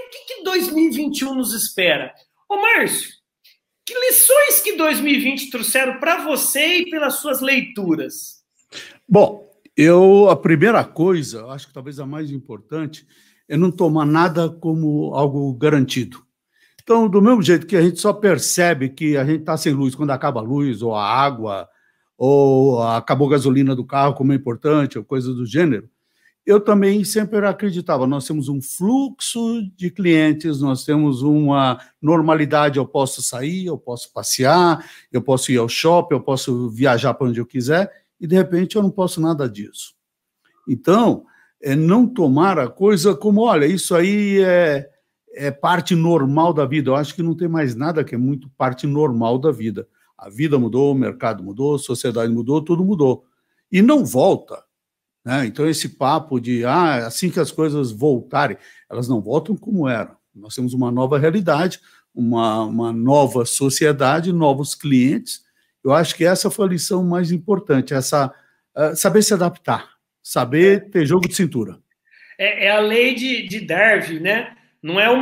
que 2021 nos espera? Ô, Márcio, que lições que 2020 trouxeram para você e pelas suas leituras? Bom, a primeira coisa, acho que talvez a mais importante, é não tomar nada como algo garantido. Então, do mesmo jeito que a gente só percebe que a gente está sem luz quando acaba a luz, ou a água, ou acabou a gasolina do carro, como é importante, ou coisa do gênero, eu também sempre acreditava, nós temos um fluxo de clientes, nós temos uma normalidade, eu posso sair, eu posso passear, eu posso ir ao shopping, eu posso viajar para onde eu quiser, e de repente eu não posso nada disso. Então, é não tomar a coisa como, olha, isso aí é parte normal da vida. Eu acho que não tem mais nada que é muito parte normal da vida. A vida mudou, o mercado mudou, a sociedade mudou, tudo mudou. E não volta. Né? Então, esse papo de, assim que as coisas voltarem, elas não voltam como eram. Nós temos uma nova realidade, uma nova sociedade, novos clientes. Eu acho que essa foi a lição mais importante, saber se adaptar, saber ter jogo de cintura. É a lei de Darwin, né? Não é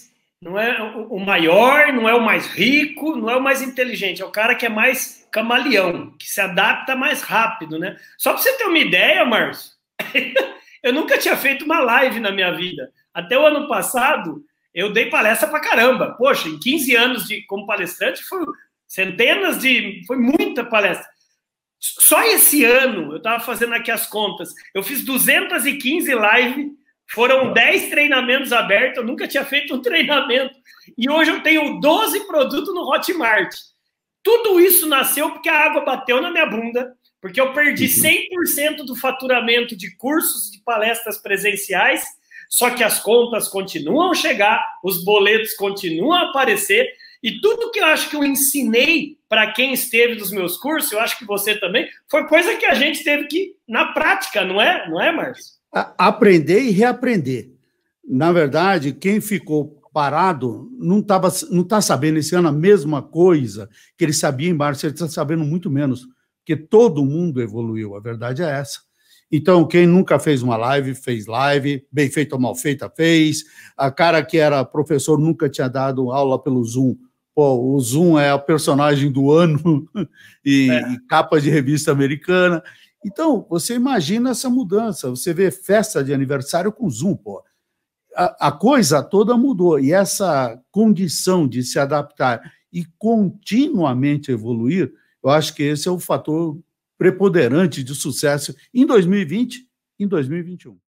o maior, não é o mais rico, não é o mais inteligente, é o cara que é mais camaleão, que se adapta mais rápido, né? Só para você ter uma ideia, Márcio, eu nunca tinha feito uma live na minha vida. Até o ano passado, eu dei palestra pra caramba. Poxa, em 15 anos como palestrante, foi muita palestra. Só esse ano, eu estava fazendo aqui as contas, eu fiz 215 lives, foram 10 treinamentos abertos, eu nunca tinha feito um treinamento. E hoje eu tenho 12 produtos no Hotmart. Tudo isso nasceu porque a água bateu na minha bunda, porque eu perdi 100% do faturamento de cursos, de palestras presenciais, só que as contas continuam a chegar, os boletos continuam a aparecer, e tudo que eu acho que eu ensinei para quem esteve nos meus cursos, eu acho que você também, foi coisa que a gente teve que, na prática, não é? Não é, Márcio? Aprender e reaprender. Na verdade, quem ficou parado não está sabendo esse ano a mesma coisa que ele sabia em março, ele está sabendo muito menos, porque todo mundo evoluiu, a verdade é essa. Então, quem nunca fez uma live, fez live, bem feita ou mal feita, fez. A cara que era professor nunca tinha dado aula pelo Zoom. Pô, o Zoom é a personagem do ano e capa de revista americana. Então, você imagina essa mudança, você vê festa de aniversário com Zoom, pô. A coisa toda mudou, e essa condição de se adaptar e continuamente evoluir, eu acho que esse é o fator preponderante de sucesso em 2020 e em 2021.